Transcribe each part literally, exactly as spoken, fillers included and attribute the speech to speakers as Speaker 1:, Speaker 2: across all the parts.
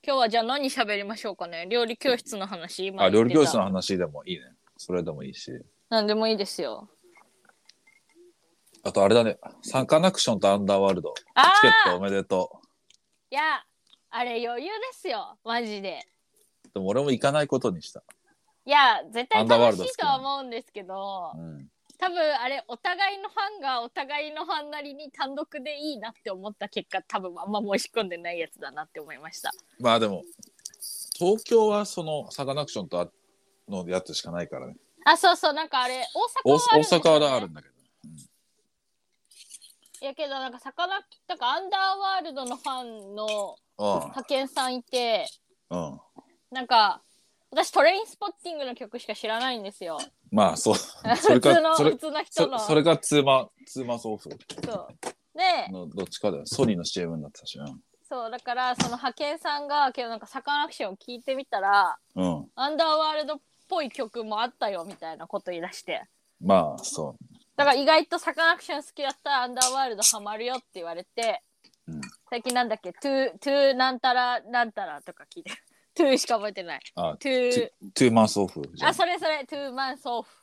Speaker 1: 今日はじゃあ何喋りましょうかね。料理教室の話。今
Speaker 2: あ、
Speaker 1: 言ってた
Speaker 2: 料理教室の話でもいいね。それでもいいし。
Speaker 1: 何でもいいですよ。
Speaker 2: あとあれだね。サカナクションとアンダーワールド。チケットおめでと
Speaker 1: いや、あれ余裕ですよ。マジで。
Speaker 2: う。でも俺も行かないことにした。
Speaker 1: いや、絶対
Speaker 2: アンダーワー
Speaker 1: 楽しいと
Speaker 2: ルド好きなの
Speaker 1: は思うんですけど、
Speaker 2: うん。
Speaker 1: 多分あれお互いのファンがお互いのファンなりに単独でいいなって思った結果、多分あんま申し込んでないやつだなって思いました。
Speaker 2: まあでも、東京はそのサカナクションとのやつしかないからね。
Speaker 1: あ、そうそう、なんかあれ大阪はあるんですよね。
Speaker 2: 大阪はあるんだけど。
Speaker 1: いやけどなんかサカナなんかアンダーワールドのファンの
Speaker 2: うん
Speaker 1: 派遣さんいて、
Speaker 2: うん。
Speaker 1: なんか私トレインスポッティングの曲しか知らないんですよ。
Speaker 2: まあそう。そ
Speaker 1: 普
Speaker 2: れか
Speaker 1: 通の
Speaker 2: それ
Speaker 1: 普通の人の
Speaker 2: そそれがツーマツーマスオフ
Speaker 1: そうで
Speaker 2: のどっちかだよ。ソニーの シーエム になってたしな。
Speaker 1: そうだからその派遣さんがけどなんかサカナクションを聞いてみたら、
Speaker 2: うん。
Speaker 1: アンダーワールドっぽい曲もあったよみたいなこと言い出して、
Speaker 2: まあそう。
Speaker 1: だから意外とサカナクション好きだったらアンダーワールドハマるよって言われて、
Speaker 2: うん、
Speaker 1: 最近なんだっけトゥトゥなんたらなんたらとか聞いてトゥしか覚えてない。
Speaker 2: あ、
Speaker 1: トゥ
Speaker 2: トゥーマスオフじゃん。
Speaker 1: あそれそれトゥマンスオフ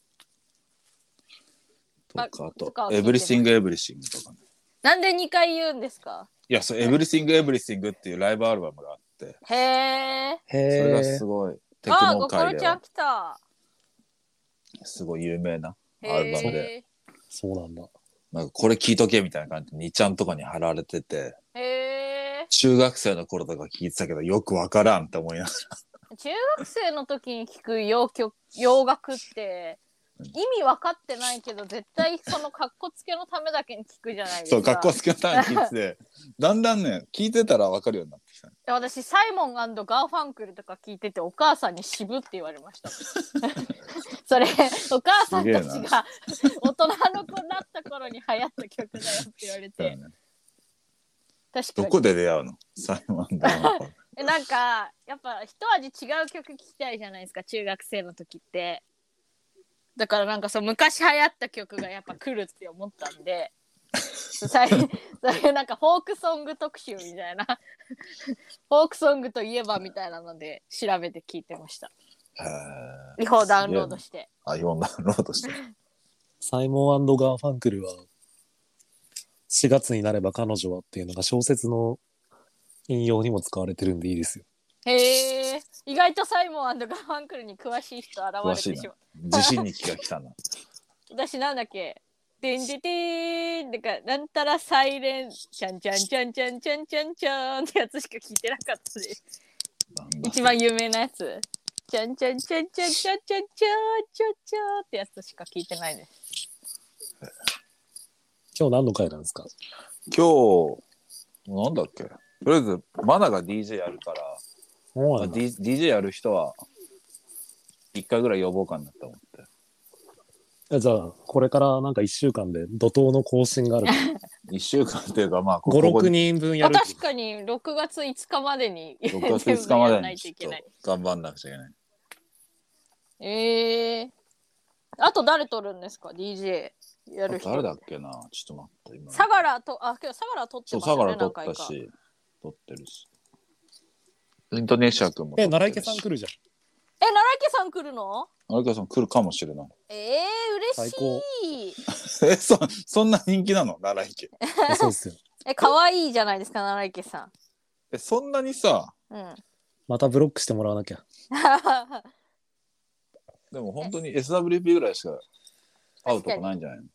Speaker 2: とかあ
Speaker 1: とかを聞いてます
Speaker 2: とエブリシングエブリシングとかね。
Speaker 1: なんでにかい言うんですか？
Speaker 2: いや、そうエブリシングエブリシングっていうライブアルバムがあって、
Speaker 1: へえ。
Speaker 2: それがすごいテク
Speaker 1: あ、
Speaker 2: ノ
Speaker 1: ごころちゃん
Speaker 2: 界では
Speaker 1: 来た。
Speaker 2: すごい有名なアルバムで、
Speaker 1: へ
Speaker 3: そうなんだ。
Speaker 2: なんかこれ聴いとけみたいな感じでにちゃんとかに貼られてて、
Speaker 1: え。へえ。
Speaker 2: 中学生の頃とか聴いてたけどよくわからんって思いながら。
Speaker 1: 中学生の時に聞く洋曲洋楽って意味分かってないけど絶対そのカッコつけのためだけに聞くじゃないですか。
Speaker 2: そう、格好好きなターン聞いてて、だんだんね、聞いてたらわかるようになってきた、ね。
Speaker 1: 私サイモンガーファンクルとか聞いててお母さんに渋って言われました。それお母さんたちが大人の子になった頃に流行った曲だよって言われて、ね、確かに
Speaker 2: どこで出会うのサイモンガー
Speaker 1: えなんかやっぱ一味違う曲聴きたいじゃないですか中学生の時って。だからなんかそう昔流行った曲がやっぱ来るって思ったんでそういうなんかフォークソング特集みたいなフォークソングといえばみたいなので調べて聞いてました。違法ダウンロードして。
Speaker 2: あ、違法ダウンロードして。
Speaker 3: サイモン&ガーファンクルはしがつになれば彼女はっていうのが小説の引用にも使われてるんでいいですよ。
Speaker 1: へえ、意外とサイモン&ガーファンクルに詳しい人現れてしまう。
Speaker 2: 自信に気が来たな。
Speaker 1: 私なんだっけ、でんでてーん、なんかなんたらサイレンちゃんちゃんちゃんちゃんちゃんちゃんちゃんってやつしか聞いてなかったです。一番有名なやつ。ちゃんちゃんちゃんちゃんちゃんちゃんちゃんちゃんちゃんってやつしか聞いてないです。
Speaker 3: 今日何の回なんですか？
Speaker 2: 今日なんだっけ。とりあえずマナが ディージェー やるから。まあ、D、ディージェー やる人はいっかいぐらい呼ぼうかなと思って。
Speaker 3: じゃあこれからなんかいっしゅうかんで怒涛の更新がある
Speaker 2: いっしゅうかんっていうかまあ
Speaker 3: ご、ろくにんぶんやる。
Speaker 1: 確かにろくがついつかまでに
Speaker 2: ろくがついつかまでに
Speaker 1: ちょっと
Speaker 2: 頑張んなくちゃいけない。
Speaker 1: えー、あと誰撮るんですか ディージェー やる人。
Speaker 2: 誰だっけな、ちょっと待って今。
Speaker 1: 相良とあ今日相良撮ってますよね。
Speaker 2: そう相良撮ったし撮ってるし。インドネシア君も。
Speaker 3: え、奈良池さん来るじゃん。
Speaker 1: え、奈良池さん来るの？
Speaker 2: 奈良池さん来るかもしれない。
Speaker 1: えー、嬉しい。
Speaker 2: え、そ、そんな人気なの奈良池。
Speaker 3: そうっすよ。
Speaker 1: え、可愛いじゃないですか奈良池さん。
Speaker 2: え、そんなにさ。
Speaker 1: うん。
Speaker 3: またブロックしてもらわなきゃ。
Speaker 2: でも本当に エスダブリューピー ぐらいしか会うとこないんじゃないの？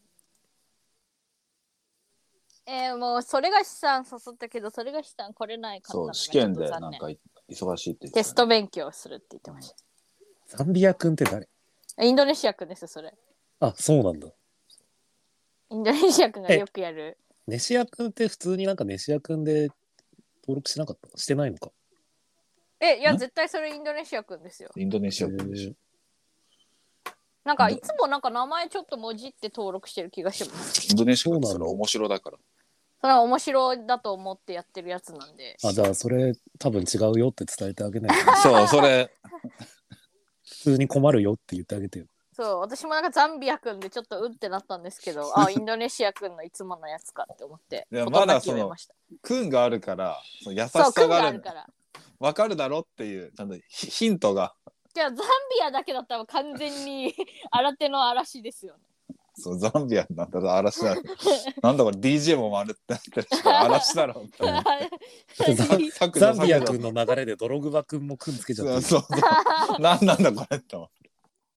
Speaker 1: えー、もうそれがしさん誘ったけどそれがしさん来れないかったのが
Speaker 2: そう試験でなんか忙しいって言ってた、ね、
Speaker 1: テスト勉強するって言ってました。
Speaker 3: ザンビア君って誰？
Speaker 1: インドネシア君ですそれ。
Speaker 3: あ、そうなんだ。
Speaker 1: インドネシア君がよくやる。
Speaker 3: ネシア君って普通になんかネシア君で登録しなかった？してないのか？
Speaker 1: え、いや絶対それインドネシア君ですよ。
Speaker 2: インドネシア君でしょ。
Speaker 1: なんかいつもなんか名前ちょっともじって登録してる気がします。
Speaker 2: インドネシア君ってそれ面白だから。
Speaker 1: それは面白だと思ってやってるやつなんで。
Speaker 3: あ、じゃあそれ多分違うよって伝えてあげないと。
Speaker 2: そう、それ
Speaker 3: 普通に困るよって言ってあげてよ。
Speaker 1: そう私もなんかザンビア君でちょっとうんってなったんですけどあインドネシア君のいつものやつかって思って
Speaker 2: いや
Speaker 1: 言葉
Speaker 2: まだその
Speaker 1: 決めました。
Speaker 2: 君があるからその優し
Speaker 1: そう君
Speaker 2: さがある
Speaker 1: があるから
Speaker 2: わかるだろっていうちゃんとヒヒントが
Speaker 1: じゃあザンビアだけだったら完全に新手の嵐ですよね。
Speaker 2: そうザンビアなんだろ嵐だなんだこれ ディージェー も丸ってなってるし嵐だろって思って削除
Speaker 3: ザンビア
Speaker 2: 削除
Speaker 3: 君の流れでドログバ君も君つけちゃってる。
Speaker 2: そうそうそうなんなんだこれって思って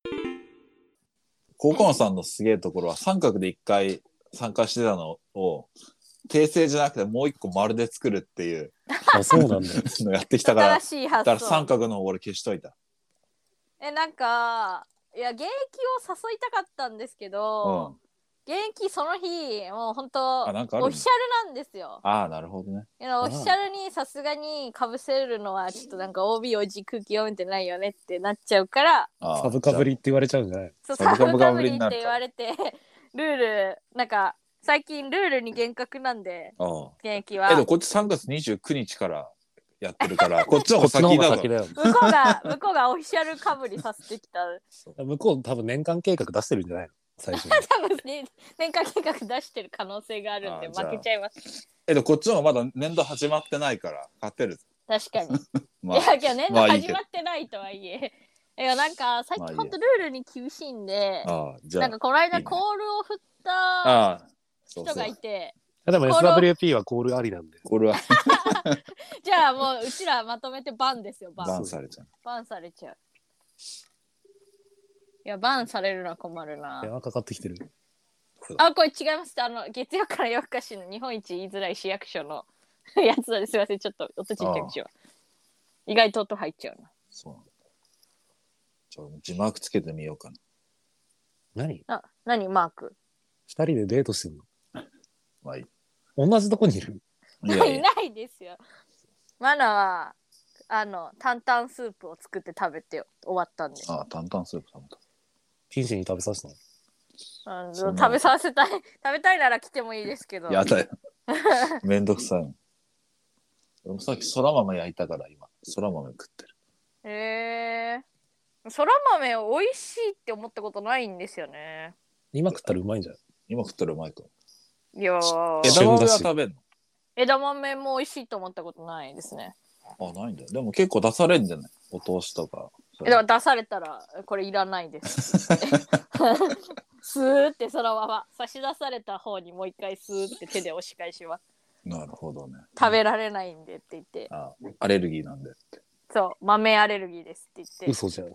Speaker 2: 高校さんのすげえところは三角で一回参加してたのを訂正じゃなくてもう一個丸で作るっていう
Speaker 3: あ、そうなんだ。
Speaker 2: のやってきたから
Speaker 1: 新しい発
Speaker 2: だから三
Speaker 1: 想。
Speaker 2: 角の方俺消しといた。
Speaker 1: えなんかいや現役を誘いたかったんですけど、うん、現役その日もう本当オフィシャルなんですよ。
Speaker 2: ああなるほどね。
Speaker 1: いやオフィシャルにさすがにかぶせるのはちょっとなんか オービー おじ空気読めてないよねってなっちゃうから
Speaker 3: サブかぶりって言われちゃうんじゃない？
Speaker 1: そうサブかぶりって言われてルールなんか最近ルールに厳格なんで現役は。
Speaker 2: えでもこっちさんがつにじゅうくにちからやってるからこっちの方が先だぞ。
Speaker 1: 向こうが向こうがオフィシャルかぶりさせてきた。
Speaker 3: 向こう多分年間計画出してるんじゃないの最初に。
Speaker 1: 多分、ね、年間計画出してる可能性があるんで負けちゃいます。
Speaker 2: えでもこっちの方がまだ年度始まってないから勝てる。
Speaker 1: 確かに。まあ、いやいや年度始まってないとはいえ。いやなんか最近ほんとルールに厳しいんで、まあ、いいなんかこの間コールを振った人がいて。
Speaker 3: でも エスダブリューピー はコールありなんで。
Speaker 2: コールは
Speaker 1: じゃあもううちらまとめてバンですよ。バン。
Speaker 2: バンされちゃう。
Speaker 1: バンされちゃう。いやバンされるのは困るな。
Speaker 3: 電話かかってきてる。
Speaker 1: あこれ違います。あの月曜から夜更かしの日本一言いづらい市役所のやつなんです。すいませんちょっと音ちっちゃくしよう。意外と音入っちゃうな。そうなんだ。
Speaker 2: ちょ字マークつけてみようかな。
Speaker 3: 何？
Speaker 1: あ何マーク？
Speaker 3: 二人でデートしてんの？
Speaker 2: まあいい。
Speaker 3: 同じとこにいる？
Speaker 1: いやいないですよ。マナはあの担々スープを作って食べて終わったんで。
Speaker 2: ああ担々スープ食べた。
Speaker 3: ピンシに食べさせたの？
Speaker 1: あの食べさせたい食べたいなら来てもいいですけど。
Speaker 2: やだよ。めんどくさい。俺もさっきそら豆焼いたから今そら豆食ってる。
Speaker 1: へえ。そら豆美味しいって思ったことないんですよね。
Speaker 3: 今食ったらうまいんじゃない？
Speaker 2: 今食ったらうまいか。
Speaker 1: いやー。
Speaker 2: 枝豆は食べんの？
Speaker 1: 枝豆も美味しいと思ったことないですね。
Speaker 2: あ、ないんだよ。でも結構出されんじゃない？お通しとか。
Speaker 1: だから出されたらこれいらないです。スーってそのまま差し出された方にもう一回スーって手で押し返します。
Speaker 2: なるほどね。
Speaker 1: 食べられないんでって言って。
Speaker 2: あ、アレルギーなんでって。
Speaker 1: そう、豆アレルギーですって言って。
Speaker 3: 嘘じゃん。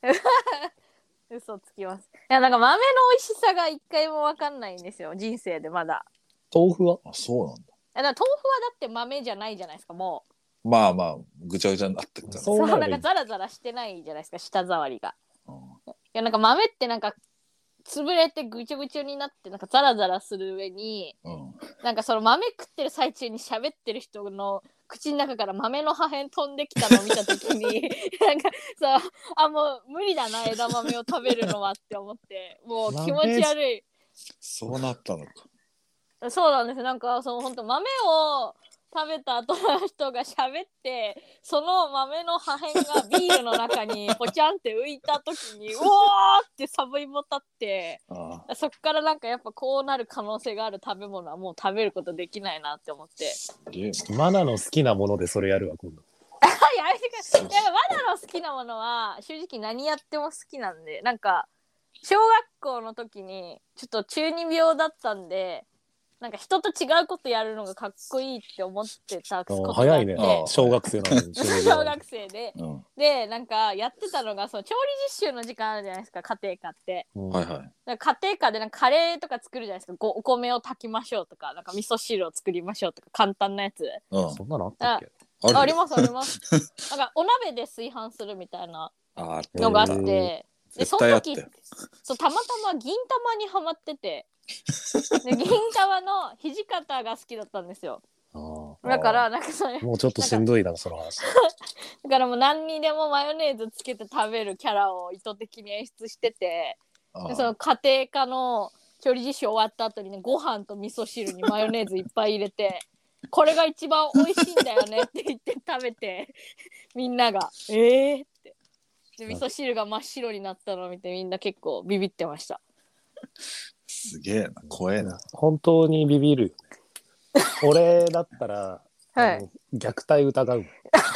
Speaker 1: 嘘つきます。いやなんか豆の美味しさが一回も分かんないんですよ人生でまだ。
Speaker 3: 豆腐は？
Speaker 2: あ、そうなんだ。
Speaker 1: だから豆腐はだって豆じゃないじゃないですかも
Speaker 2: う。まあまあぐちゃぐちゃになってるから。
Speaker 1: そうなんかザラザラしてないじゃないですか舌触りが。うん、いやなんか豆ってなんか潰れてぐちゃぐちゃになってなんかザラザラする上に、うん、なんかその豆食ってる最中に喋ってる人の口の中から豆の破片飛んできたのを見た時になんかそうあもう無理だな枝豆を食べるのはって思ってもう気持ち悪い。
Speaker 2: そうなったのか。
Speaker 1: そうなんですなんかその本当豆を食べた後の人が喋ってその豆の破片がビールの中にポチャンって浮いた時にうおーってサブイボ立ってああそっからなんかやっぱこうなる可能性がある食べ物はもう食べることできないなって思って
Speaker 3: マナの好きなものでそれやるわ今度。
Speaker 1: やめてください。マナの好きなものは正直何やっても好きなんでなんか小学校の時にちょっと中二病だったんでなんか人と違うことやるのがかっこいいって思ってたことがあって早いね
Speaker 3: 小学生なのに
Speaker 1: 小学生で、うん、でなんかやってたのがその調理実習の時間あるじゃないですか家庭科って、うん、家庭科でなんかカレーとか作るじゃないですかお米を炊きましょうとかなんか味噌汁を作りましょうとか簡単なやつ、
Speaker 3: うん、そんなのあったっけ？
Speaker 1: あ, ありますありますなんかお鍋で炊飯するみたいなのがあってでその時そうたまたま銀玉にハマっててで銀玉の土方が好きだったんですよ。あだからなんかそれ
Speaker 3: もうちょっとしんどいなその話
Speaker 1: だからもう何にでもマヨネーズつけて食べるキャラを意図的に演出しててでその家庭科の調理実習終わった後にねご飯と味噌汁にマヨネーズいっぱい入れてこれが一番美味しいんだよねって言って食べてみんながえーってで味噌汁が真っ白になったのを見てみんな結構ビビってました。
Speaker 2: すげえな、怖えな。
Speaker 3: 本当にビビるよね。俺だったら、
Speaker 1: はい
Speaker 3: あの虐待疑う。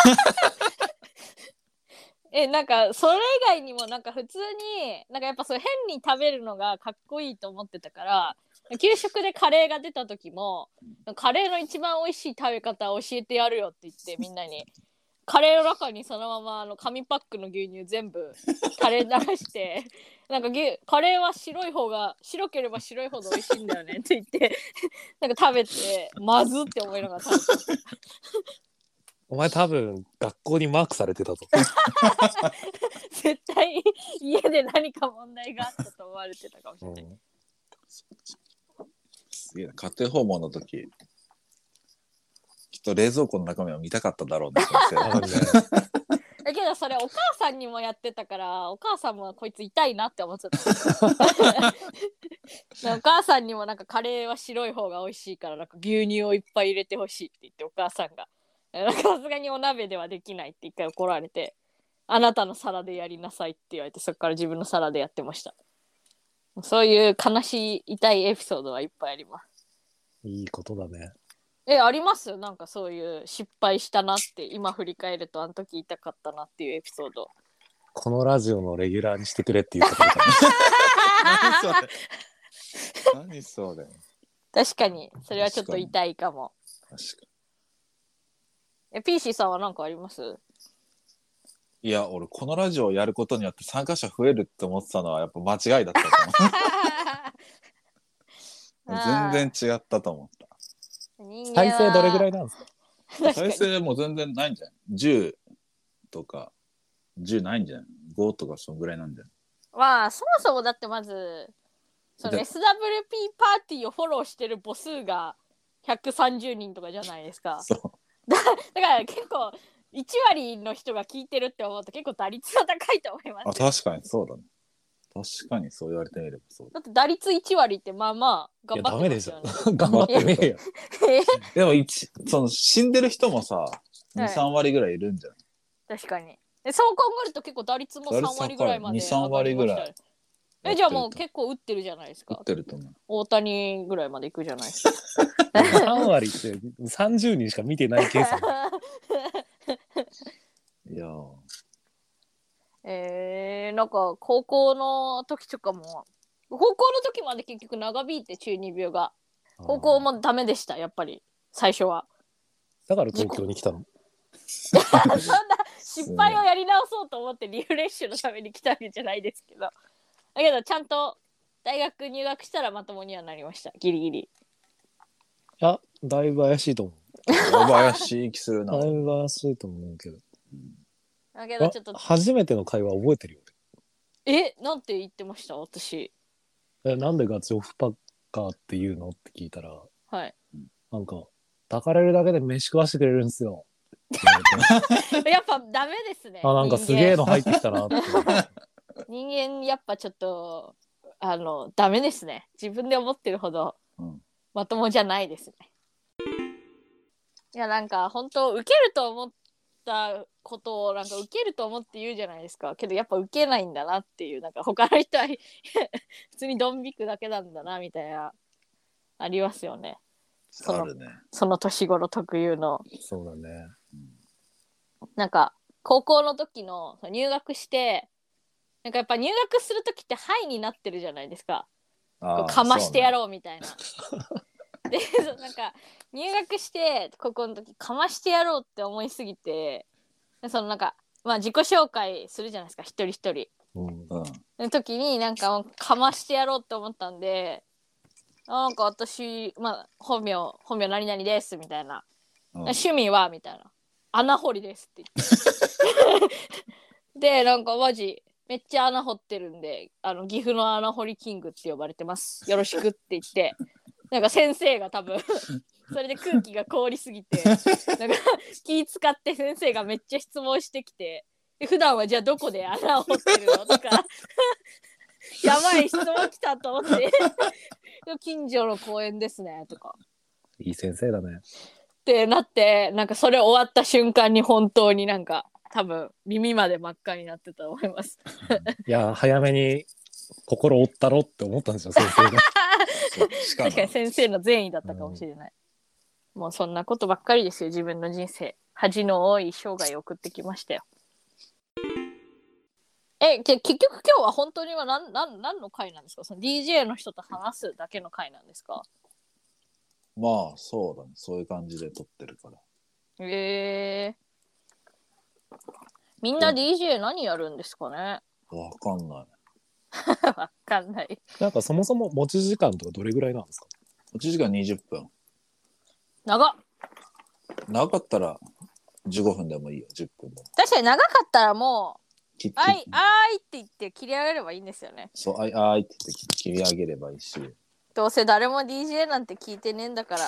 Speaker 1: えなんかそれ以外にもなんか普通になんかやっぱそう変に食べるのがかっこいいと思ってたから、給食でカレーが出た時もカレーの一番美味しい食べ方教えてやるよって言ってみんなにカレーの中にそのままあの紙パックの牛乳全部カレー流してなんか牛カレーは白い方が白ければ白いほど美味しいんだよねって言ってなんか食べてまずって思いながら食べて
Speaker 3: お前多分学校にマークされてたぞ。
Speaker 1: 絶対家で何か問題があったと思われてたかもしれない、うん、
Speaker 2: すげえな。家庭訪問の時きっと冷蔵庫の中身を見たかっただろうね先生。
Speaker 1: だけどそれお母さんにもやってたからお母さんもこいつ痛いなって思ってた。お母さんにもなんかカレーは白い方が美味しいからなんか牛乳をいっぱい入れてほしいって言ってお母さんがさすがにお鍋ではできないって一回怒られてあなたの皿でやりなさいって言われてそこから自分の皿でやってました。そういう悲しい痛いエピソードはいっぱいあります。
Speaker 3: いいことだね。
Speaker 1: えありますなんかそういう失敗したなって今振り返るとあの時痛かったなっていうエピソード。
Speaker 3: このラジオのレギュラーにしてくれっていうことだから
Speaker 2: 何それ何それ。
Speaker 1: 確かにそれはちょっと痛いかも。
Speaker 2: 確かに。
Speaker 1: えピーシーさんは何かあります？
Speaker 2: いや俺このラジオをやることによって参加者増えるって思ってたのはやっぱ間違いだったと思う。全然違ったと思った。
Speaker 3: 再生どれぐらいなんですか？
Speaker 2: 再生もう全然ないんじゃん。じゅうとかじゅうないんじゃん。ごとかそのぐらいなんじゃん。
Speaker 1: まあそもそもだってまずその エスダブリューピー パーティーをフォローしてる母数がひゃくさんじゅうにんとかじゃないですか。
Speaker 2: そう
Speaker 1: だ, だから結構いち割の人が聞いてるって思うと結構打率が高いと思います。
Speaker 2: あ確かにそうだね。確かにそう言われてみればそうだ。
Speaker 1: だって打率いち割ってまあまあ頑張ってますよね。
Speaker 3: 頑張ってねえよ。
Speaker 2: でも一その死んでる人もさ に,さん 割ぐらいいるんじゃない？
Speaker 1: 確かに。そう考えると結構打率もさん割ぐらいまで上がりましたね。に、さん割ぐらい。えじゃあもう結構打ってるじゃないですか。
Speaker 2: 打ってると思う。
Speaker 1: 大谷ぐらいまでいくじゃないですか。
Speaker 3: さん割ってさんじゅうにんしか見てないケース。
Speaker 2: いやー。
Speaker 1: えー、なんか高校の時とかも高校の時まで結局長引いて中二病が高校もダメでしたやっぱり最初は。
Speaker 3: だから東京に来たの？
Speaker 1: そんな失敗をやり直そうと思ってリフレッシュのために来たわけじゃないですけどだけどちゃんと大学入学したらまともにはなりましたギリギリ。い
Speaker 3: やだいぶ怪しいと思う。
Speaker 2: だいぶ怪しい気するな。
Speaker 3: だいぶ怪しいと思うけど。
Speaker 1: だけどちょっと
Speaker 3: 初めての会話覚えてるよ。
Speaker 1: えなんて言ってました私。
Speaker 3: えなんでガチオフパッカーって言うのって聞いたら、
Speaker 1: はい。
Speaker 3: なんか抱かれるだけで飯食わしてくれるんですよ。
Speaker 1: やっぱダメですね。
Speaker 3: あなんかすげえの入ってきたなって。
Speaker 1: 人間やっぱちょっとあのダメですね。自分で思ってるほど、うん、まともじゃないですね。いやなんか本当受けると思ったことをなんか受けると思って言うじゃないですか。けどやっぱ受けないんだなっていうなんか他の人は普通にドン引くだけなんだなみたいなありますよね。その、
Speaker 2: あるね。
Speaker 1: その年頃特有の。
Speaker 3: そうだね。
Speaker 1: なんか高校の時の入学してなんかやっぱ入学する時ってハイになってるじゃないですか。こうかましてやろうみたいな。でなんか入学して高校の時かましてやろうって思いすぎてそのなんかまあ自己紹介するじゃないですか一人一人。うん、の時になんかかましてやろうって思ったんでなんか私まあ本名本名何々ですみたいな、うん、趣味はみたいな穴掘りですって言ってでなんかマジめっちゃ穴掘ってるんであの岐阜の穴掘りキングって呼ばれてますよろしくって言ってなんか先生が多分それで空気が凍りすぎてなんか気使って先生がめっちゃ質問してきてで普段はじゃあどこで穴を掘ってるのとかやばい質問来たと思って近所の公園ですねとか
Speaker 3: いい先生だね
Speaker 1: ってなってなんかそれ終わった瞬間に本当になんか多分耳まで真っ赤になってたと思います。
Speaker 3: いや早めに心折ったろって思ったんですよ先生が。
Speaker 2: しか
Speaker 1: 確かに先生の善意だったかもしれない、うん、もうそんなことばっかりですよ。自分の人生恥の多い生涯を送ってきましたよ。え結局今日は本当には何何何の回なんですか？その ディージェー の人と話すだけの回なんですか？
Speaker 2: まあそうだね、そういう感じで撮ってるから。
Speaker 1: へえー、みんな ディージェー 何やるんですかね？
Speaker 2: わかんない。
Speaker 1: わかんない。
Speaker 3: なんかそもそも持ち時間とかどれぐらいなんですか？
Speaker 2: 持ち時間にじゅっぷん。
Speaker 1: 長っ。
Speaker 2: 長かったらじゅうごふんでもいいよ、じゅっぷんでも。
Speaker 1: 確かに長かったらも
Speaker 2: き
Speaker 1: う「あいあい」って言って切り上げればいいんですよね。
Speaker 2: そう、あいあいって言って切り上げればいいし。
Speaker 1: どうせ誰も ディージェー なんて聞いてねえんだから。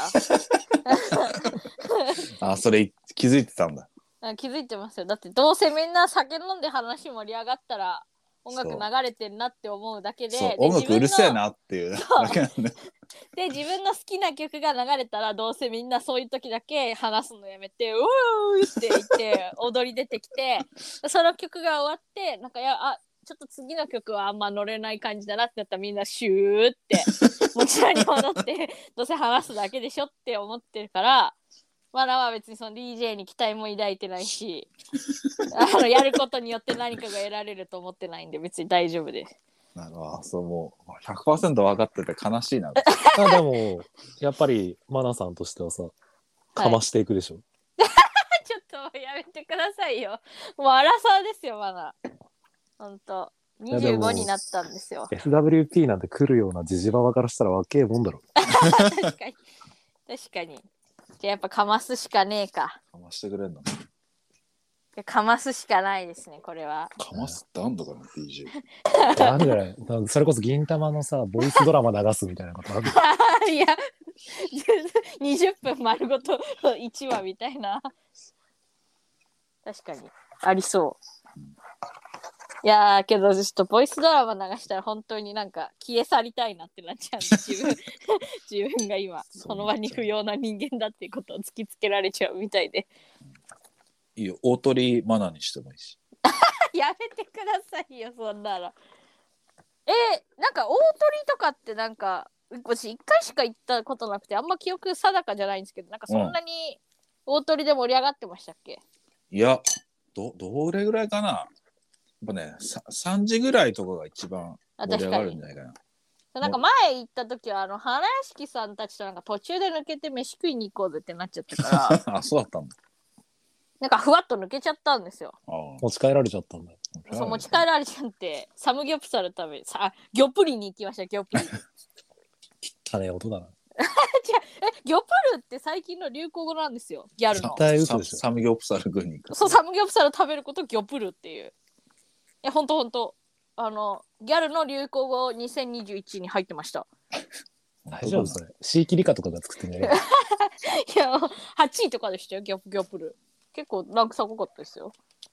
Speaker 2: あ、それ気づいてたんだ。
Speaker 1: あ、気づいてますよ。だってどうせみんな酒飲んで話盛り上がったら音楽流れてんなって思うだけで、
Speaker 2: そう
Speaker 1: で
Speaker 2: 音楽うるせえなっていうだけなんだ。
Speaker 1: で自分の好きな曲が流れたらどうせみんなそういう時だけ話すのやめて「うー」って言って踊り出てきて、その曲が終わってなんかやあちょっと次の曲はあんま乗れない感じだなってなったらみんなシューって持ち場に戻ってどうせ話すだけでしょって思ってるから、まだは別にその ディージェー に期待も抱いてないしあのやることによって何かが得られると思ってないんで別に大丈夫です。
Speaker 2: なるほど、そうもう ひゃくパーセント 分かってて悲しいな。
Speaker 3: あでもやっぱりマナさんとしてはさかましていくでしょ、
Speaker 1: はい、ちょっとやめてくださいよ。もうアラサーですよまだ。ほんとにじゅうごになったんですよ。
Speaker 3: エスダブリューピー なんて来るようなジジババからしたらわけえもんだろ。
Speaker 1: 確かに確かに。じゃあやっぱかますしかねえか。
Speaker 2: かましてくれんの？
Speaker 1: かますしかないですねこれは。
Speaker 2: かますってあんだから ディージェー。
Speaker 3: なんでだよそれこそ銀玉のさボイスドラマ流すみたいなことある。
Speaker 1: いやにじゅっぷん丸ごといちわみたいな。確かにありそう。いやーけどちょっとボイスドラマ流したら本当になんか消え去りたいなってなっちゃうんで自分自分が今その場に不要な人間だっていうことを突きつけられちゃうみたいで。
Speaker 2: いいよ、大鳥マナにしてもいいし。
Speaker 1: やめてくださいよそんなの。えー、なんか大鳥とかってなんか私いっかいしか行ったことなくてあんま記憶定かじゃないんですけど、なんかそんなに大鳥で盛り上がってましたっけ？
Speaker 2: いや、どどれぐらいかな。やっぱね、さんじぐらいとかが一番盛り上がるんじゃないかな。
Speaker 1: なんか前行った時はあの花屋敷さんたちとなんか途中で抜けて飯食いに行こうぜってなっちゃったから
Speaker 2: あ、そうだったんだ。
Speaker 1: なんかふわっと抜けちゃったんですよ。
Speaker 3: 持ち帰られちゃったんだよ。
Speaker 1: そう持ち帰られちゃってサムギョプサル食べさギョプリに行きましたギョプリ。
Speaker 3: 汚ね音だな。
Speaker 1: えギョプルって最近の流行語なんですよギャルの。
Speaker 3: 絶対嘘でしょ。
Speaker 2: サムギョプサル食いに行く。
Speaker 1: そうサムギョプサル食べることギョプルっていう。いやほんとほんとあのギャルの流行語にせんにじゅういちに入ってました。
Speaker 3: 大丈夫それ。シーキリカとかが作ってんじゃね
Speaker 1: いやはちいとかでしたよギョギョプル。結構ランク高かったですよ。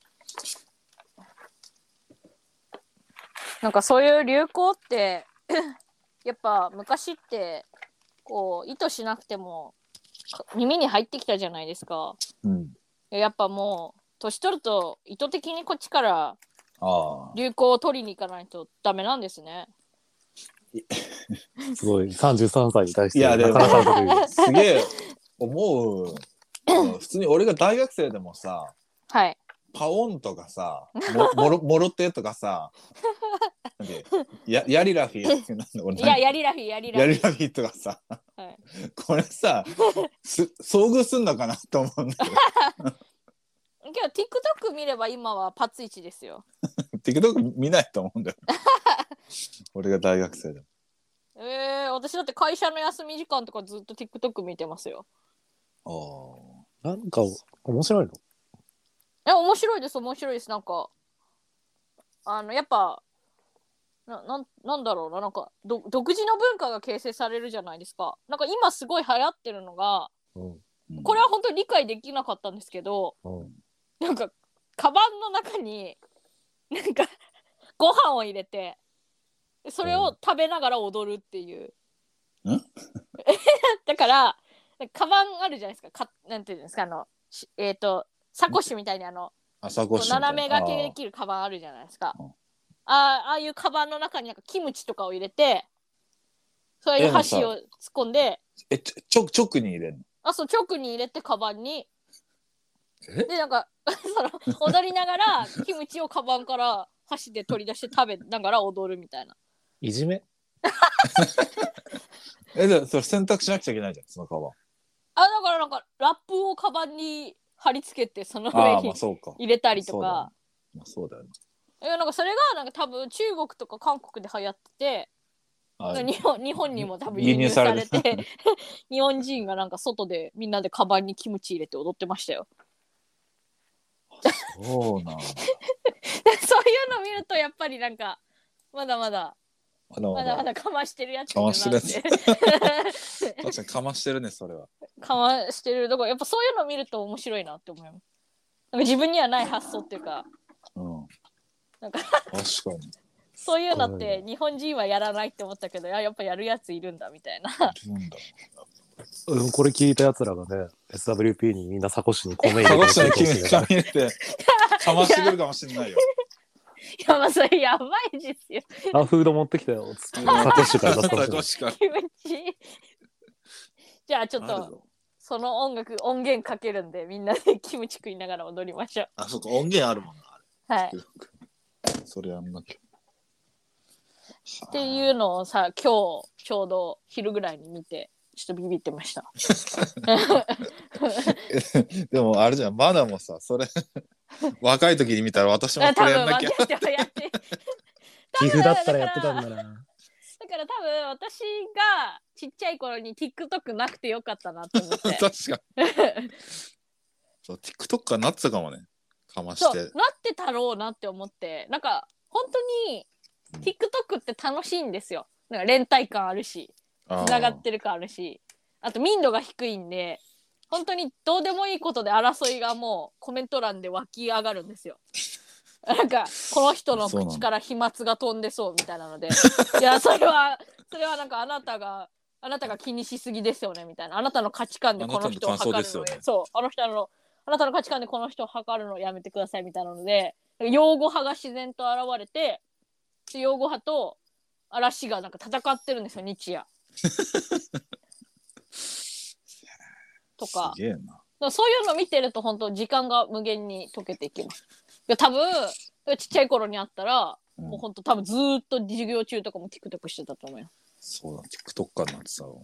Speaker 1: なんかそういう流行ってやっぱ昔ってこう意図しなくても耳に入ってきたじゃないですか、
Speaker 2: うん、
Speaker 1: やっぱもう年取ると意図的にこっちから
Speaker 2: あ
Speaker 1: 流行を取りに行かないとダメなんですね。
Speaker 3: すごいさんじゅうさんさいに対して
Speaker 2: いやでも
Speaker 3: なかなかのこと
Speaker 2: すげえ思う。普通に俺が大学生でもさ、
Speaker 1: はい、
Speaker 2: パオンとかさ、ももろもろてとかさ、なんでややりラフィー、
Speaker 1: いややりラフィーやりラフィー
Speaker 2: やりラフィーとかさ、
Speaker 1: はい、
Speaker 2: これさす遭遇すんのかなと思うんだけど。
Speaker 1: けど TikTok 見れば今はパツイチですよ。
Speaker 2: TikTok 見ないと思うんだよ。俺が大学生でも。
Speaker 1: えー、私だって会社の休み時間とかずっと TikTok 見てますよ。
Speaker 2: あ
Speaker 3: なんか面白いの？
Speaker 1: え面白いです面白いです。なんかあのやっぱな, な, なんだろうななんかど独自の文化が形成されるじゃないですか。なんか今すごい流行ってるのが、
Speaker 3: うん、
Speaker 1: これは本当に理解できなかったんですけど、うん、なんかカバンの中になんかご飯を入れてそれを食べながら踊るっていう、
Speaker 2: うん、
Speaker 1: だからカバンあるじゃないですか、かなんていうんですかあのえっ、ー、とサコッシュみたいにあの
Speaker 2: 朝ごしみたいな。
Speaker 1: 斜め掛けできるカバンあるじゃないですか。
Speaker 2: うん、
Speaker 1: ああ、ああいうカバンの中になんかキムチとかを入れて、それに箸を突っ込んで、
Speaker 2: え、ちょ、ちょ、直に入れんの？
Speaker 1: あ、そう、直に入れてカバンに。
Speaker 2: え
Speaker 1: で、なんか、その、踊りながら、キムチをカバンから箸で取り出して食べながら踊るみたいな。
Speaker 3: いじめ
Speaker 2: え、じゃあそれ洗濯しなくちゃいけないじゃん、そのカバン。
Speaker 1: あ、だからなんか、ラップをカバンに貼り付けて、その
Speaker 2: ああ、
Speaker 1: 上に
Speaker 2: まあそうか。
Speaker 1: 入れたりと
Speaker 2: そうだよね
Speaker 1: か。
Speaker 2: まあそうだよね。
Speaker 1: え、なんかそれが、なんか多分中国とか韓国で流行ってて、
Speaker 2: あ
Speaker 1: 日本日本にも多分輸入されて、
Speaker 2: 輸入されて
Speaker 1: 日本人がなんか外でみんなでカバンにキムチ入れて踊ってましたよ。
Speaker 2: そうなんだ。
Speaker 1: そういうの見るとやっぱりなんかまだまだ
Speaker 2: まだまだ
Speaker 1: まだまだかましてるやつい
Speaker 2: かましてるやつ
Speaker 1: るなって
Speaker 2: 確かにかましてるね、それは。
Speaker 1: かましてる。だからやっぱそういうの見ると面白いなって思います。なんか自分にはない発想っていうか、
Speaker 2: うん。
Speaker 1: なんか
Speaker 2: 確かに。
Speaker 1: そういうのって日本人はやらないって思ったけど、ややっぱやるやついるんだみたいな。
Speaker 2: なんだ
Speaker 3: うん、これ聞いたやつらがね、エスダブリューピー にみんなサコッシュに米
Speaker 2: 鹿
Speaker 3: 入れて
Speaker 2: 児島に決め
Speaker 3: るかもしれない
Speaker 2: 入れてかましてくるかもしれないよ。
Speaker 1: いや、まあそれやばいですよ。
Speaker 3: あ、フード持ってきたよ。つってサコッシュから出すかもしれない。
Speaker 2: 鹿児島
Speaker 1: キムチ。じゃあちょっと
Speaker 2: あるぞ。
Speaker 1: その音楽音源かけるんでみんなでキムチ食いながら踊りましょう。
Speaker 2: あ、そっか、音源あるもんな。あ
Speaker 1: はい。
Speaker 2: れそれやんなきゃ。
Speaker 1: っていうのをさ、今日ちょうど昼ぐらいに見てちょっとビビってました。
Speaker 2: でもあれじゃん、まだもさ、それ若い時に見たら私もこれやんなきゃ。
Speaker 1: 多分分けてやって
Speaker 3: 岐阜だったらやってたんだな。
Speaker 1: だから多分私がちっちゃい頃に TikTok なくてよかったなって思って
Speaker 2: 確かに。そう、TikTok からなってたかもね。かまして。
Speaker 1: そうなってたろうなって思って、なんか本当に TikTok って楽しいんですよ。なんか連帯感あるしつながってる感あるし、あと民度が低いんで本当にどうでもいいことで争いがもうコメント欄で湧き上がるんですよ。なんかこの人の口から飛沫が飛んでそうみたいなので、いやそれはそれはなんかあなたがあなたが気にしすぎですよねみたいな、あなたの価値観でこの人を測るの、ね、そうあの人のあなたの価値観でこの人を測るのをやめてくださいみたいなので、擁護派が自然と現れて、擁護派と嵐がなんか戦ってるんですよ、日夜とか。
Speaker 2: すげえな。だ
Speaker 1: からそういうの見てると本当時間が無限に溶けていきます。いや多分ちっちゃい頃にあったら、うん、もう本当多分ずっと授業中とかも TikTok してたと思うよ。
Speaker 2: そうだ、TikTok になってたわ。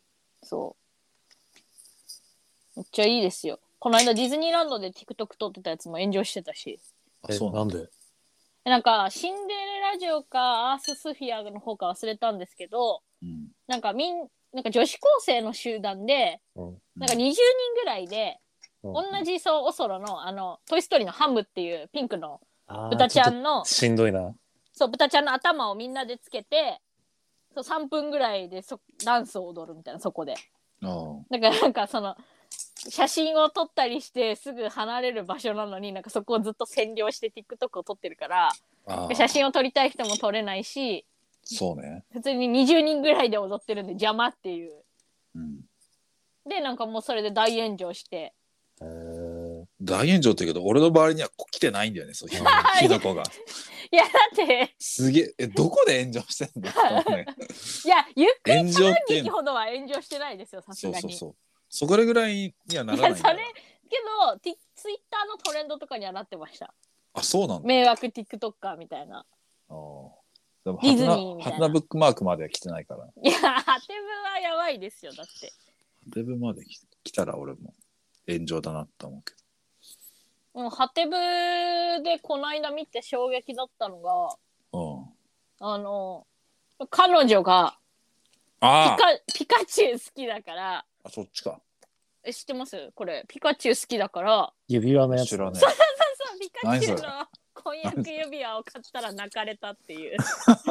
Speaker 1: そうめっちゃいいですよ。この間ディズニーランドで TikTok 撮ってたやつも炎上してたし。
Speaker 3: あ、そうなんで？
Speaker 1: なんかシンデレラ城かアーススフィアの方か忘れたんですけど、うん、なんかみんなんか女子高生の集団で、うん、なんかにじゅうにんぐらいで、うん、同じそうおそろのあのトイストーリーのハムっていうピンクの豚ちゃんの
Speaker 3: しんどいな。
Speaker 1: そう豚ちゃんの頭をみんなでつけて、そうさんぷんぐらいでそダンスを踊るみたいな、そこで。だからなんかその写真を撮ったりしてすぐ離れる場所なのになんかそこをずっと占領して TikTok を撮ってるから、写真を撮りたい人も撮れないし、
Speaker 2: そうね、
Speaker 1: 普通ににじゅうにんぐらいで踊ってるんで邪魔っていう、
Speaker 2: うん、
Speaker 1: でなんかもうそれで大炎上して、
Speaker 2: へー大炎上って言うけど俺の周りには来てないんだよね、そういうキノコが
Speaker 1: いやだって
Speaker 2: すげえ、どこで炎上してんのね、
Speaker 1: いやゆっくりさんびきほどは炎上してないですよ、さすがに。
Speaker 2: そうそうそう、それぐらいにはならないんだ。いやそれ
Speaker 1: けど Twitter のトレンドとかにはなってました。
Speaker 2: あ、そうなんだ。
Speaker 1: 迷惑 TikToker みたいな。
Speaker 2: あでもディズニーみたいな。ハテナブックマークまでは来てないから。
Speaker 1: いやハテブはやばいですよ、だって。
Speaker 2: ハテブまで来たら俺も炎上だなって思うけ
Speaker 1: ど。でもハテブでこの間見て衝撃だったのが、うん、あの彼女が
Speaker 2: あ
Speaker 1: ピカ、ピカチュウ好きだから。
Speaker 2: あ、そっちか。
Speaker 1: え、知ってます？これピカチュウ好きだから
Speaker 3: 指輪のやつ。
Speaker 2: 知らねえ。
Speaker 1: そうそうそう、ピカチュウの婚約指輪を買ったら泣かれたっていう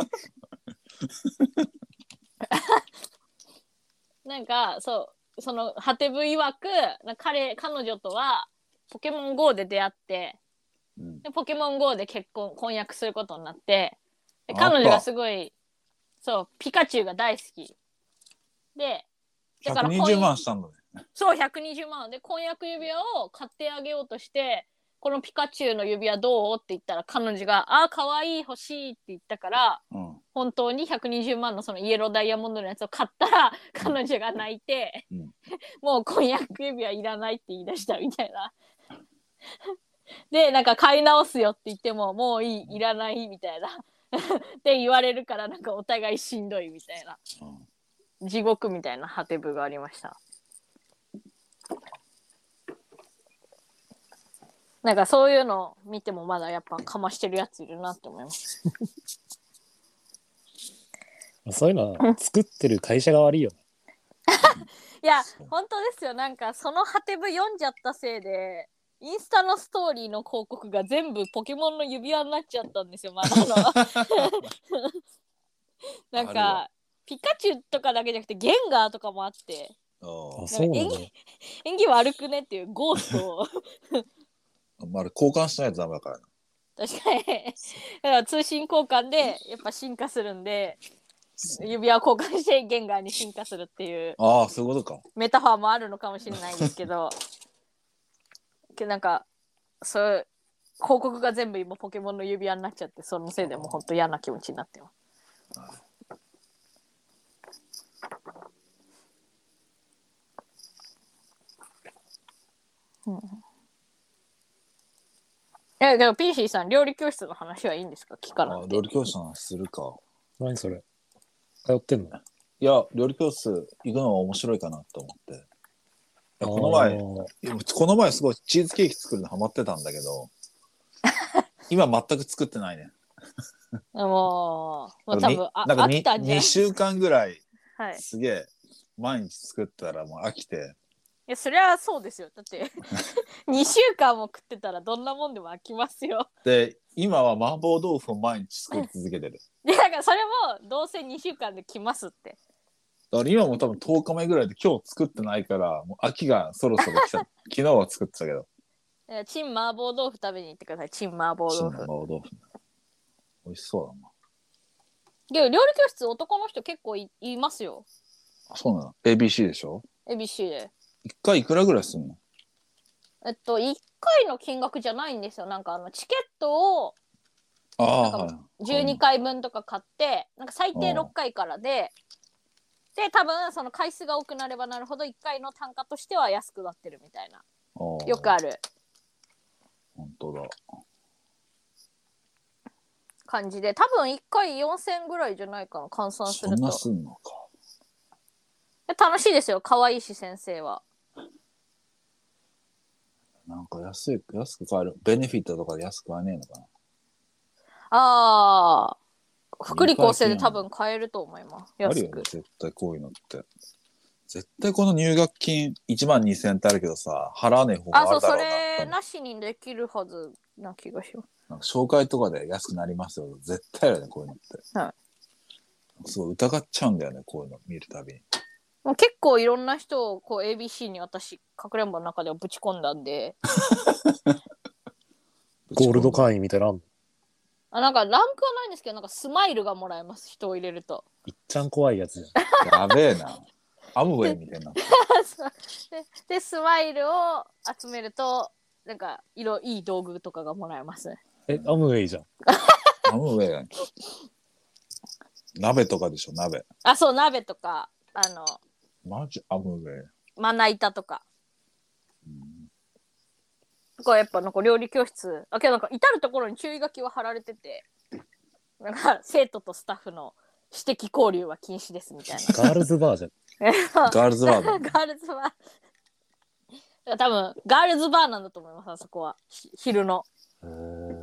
Speaker 1: なんかそうそのハテブ曰く彼彼女とはポケモン ゴー で出会って、うん、でポケモン ゴー で結婚婚約することになって、で彼女がすごいそうピカチュウが大好きで、
Speaker 2: だからひゃくにじゅうまんしたんだね。
Speaker 1: そうひゃくにじゅうまんで婚約指輪を買ってあげようとして、 このピカチュウの指輪どうって言ったら彼女があーかわいい欲しいって言ったから、
Speaker 2: うん、
Speaker 1: 本当にひゃくにじゅうまんのそのイエローダイヤモンドのやつを買ったら彼女が泣いて、
Speaker 2: うん、
Speaker 1: もう婚約指輪いらないって言い出したみたいなでなんか買い直すよって言ってももういいいらないみたいなって言われるからなんかお互いしんどいみたいな、うん、地獄みたいな果て部がありました。なんかそういうの見てもまだやっぱかましてるやついるなって思います
Speaker 3: そういうのは作ってる会社が悪いよね
Speaker 1: いや本当ですよ。なんかその果て部読んじゃったせいでインスタのストーリーの広告が全部ポケモンの指輪になっちゃったんですよ、まだのなんかピカチュウとかだけじゃなくてゲンガーとかもあって、
Speaker 3: あそうなんだ
Speaker 1: 演技演技悪くねっていうゴーストを
Speaker 2: まあ、交換しないとダメだからな。
Speaker 1: 確かにだから通信交換でやっぱ進化するんで指輪交換してゲンガーに進化するっていう
Speaker 2: ああそういうことか
Speaker 1: メタファーもあるのかもしれないですけどけどなんかそういう広告が全部今ポケモンの指輪になっちゃってそのせいでもうほんと嫌な気持ちになってます。うん、えでもピーシーさん料理教室の話はいいんですか？聞かなくて。
Speaker 2: あ料理教室の話するか。
Speaker 3: 何それ通ってんの？
Speaker 2: いや料理教室行くのは面白いかなと思って。いやこの前この前すごいチーズケーキ作るのハマってたんだけど今全く作ってないね
Speaker 1: もう、もう多分あ
Speaker 2: なんか
Speaker 1: 飽きたんじゃない
Speaker 2: にしゅうかんぐらい
Speaker 1: はい、
Speaker 2: すげえ毎日作ったらもう飽きて
Speaker 1: いやそりゃそうですよ。だってにしゅうかんも食ってたらどんなもんでも飽きますよ。
Speaker 2: で今は麻婆豆腐を毎日作り続けてる
Speaker 1: でだからそれもどうせにしゅうかんで来ますって。
Speaker 2: だから今も多分とおかめぐらいで今日作ってないからもう秋がそろそろ来た昨日は作ってたけど
Speaker 1: チン麻婆豆腐食べに行ってください。チン麻婆豆腐。
Speaker 2: 麻婆豆腐美味しそうだな。
Speaker 1: で料理教室男の人結構 い, いますよ。
Speaker 2: あそうなの エービーシー でしょ。
Speaker 1: エービーシー で
Speaker 2: 一回いくらぐらいするの？
Speaker 1: えっといっかいの金額じゃないんですよ。なんかあのチケットをなんかじゅうにかいぶんとか買ってなんか最低ろっかいからでで多分その回数が多くなればなるほどいっかいの単価としては安くなってるみたいなよくある
Speaker 2: 本当だ
Speaker 1: 感じで多分いっかいよんせんえんぐらいじゃないかな換算すると。
Speaker 2: そんなすんのか。
Speaker 1: 楽しいですよ。可愛いし先生は。
Speaker 2: なんか安い安く買えるベネフィットとかで安く買えねえのかな。
Speaker 1: ああ福利厚生で多分買えると思います。
Speaker 2: あるよね絶対こういうのって絶対この入学金いちまんにせんえんってあるけどさ払わねえ方があるだろうな。あそう
Speaker 1: それなしにできるはずな気がします。
Speaker 2: なんか紹介とかで安くなりますよ絶対あるねこういうのって、
Speaker 1: はい、
Speaker 2: すごい疑っちゃうんだよねこういうの見るたびに。
Speaker 1: もう結構いろんな人をこう エービーシー に私かくれんぼの中ではぶち込んだんで
Speaker 3: ゴールド会員みたいなのあんの？
Speaker 1: あなんかランクはないんですけどなんかスマイルがもらえます。人を入れると
Speaker 3: いっちゃん怖いやつじゃ
Speaker 2: んやべえなアムウェイみたいなで,
Speaker 1: でスマイルを集めるとなんか色いい道具とかがもらえます。
Speaker 3: えアムウェイじゃん
Speaker 2: アムウェイ鍋とかでしょ鍋。
Speaker 1: あそう鍋とかあの
Speaker 2: マジアムウェイ
Speaker 1: まな板とか、うん、こうやっぱなんか料理教室あけどなんか至る所に注意書きは貼られててなんか生徒とスタッフの私的交流は禁止ですみたいな
Speaker 3: ガールズバーじゃん
Speaker 2: ガールズバーだ、
Speaker 1: ね、ガールズバー多分ガールズバーなんだと思います。あそこは昼の
Speaker 3: へー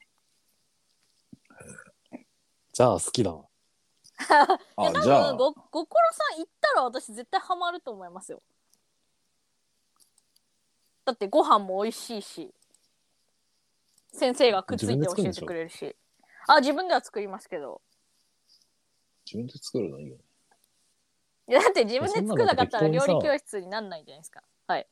Speaker 3: じゃあ好きだわ
Speaker 1: いや多分ごごころさん行ったら私絶対ハマると思いますよ。だってご飯も美味しいし先生がくっついて教えてくれるし。あ自分では作りますけど。
Speaker 2: 自分で作るのいいよね。
Speaker 1: いやだって自分で作らなかったら料理教室になんないじゃないですか。はい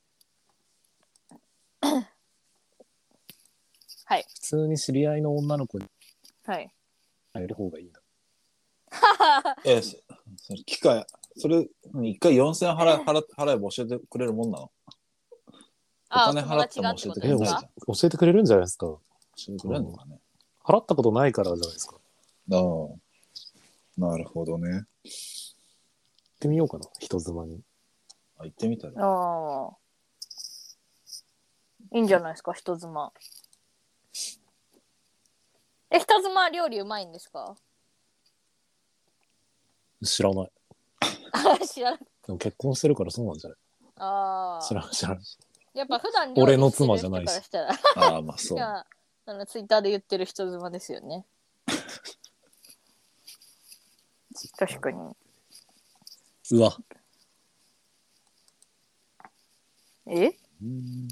Speaker 1: はい
Speaker 3: 普通に知り合いの女の子に
Speaker 1: はい
Speaker 3: やる方がいいな
Speaker 2: えそその機械それ一回よんせんえん払払払えば教えてくれるもんなの？
Speaker 1: あ
Speaker 2: 金払っても教えてく
Speaker 3: え、
Speaker 2: れないじゃん。
Speaker 3: 教えてくれるんじゃないですか。
Speaker 2: 教えてくれるのかね。
Speaker 3: 払ったことないからじゃないですか。
Speaker 2: ああ、なるほどね。
Speaker 3: 行ってみようかな、人妻に。
Speaker 2: あ、行ってみたら。
Speaker 1: ああ。いいんじゃないですか、人妻。え、人妻料理うまいんですか？
Speaker 3: 知らない。
Speaker 1: 知らない。
Speaker 3: でも結婚してるからそうなんじゃない？
Speaker 1: ああ。
Speaker 3: 知らない、知らない。
Speaker 1: やっぱ普段料
Speaker 3: 俺の
Speaker 1: 理してる
Speaker 3: 妻じゃないし
Speaker 1: 人からしたら、
Speaker 2: ああ、まあそう。
Speaker 1: いや、あのツイッターで言ってる人妻ですよね。確かに。
Speaker 3: うわ。
Speaker 1: え？
Speaker 3: うん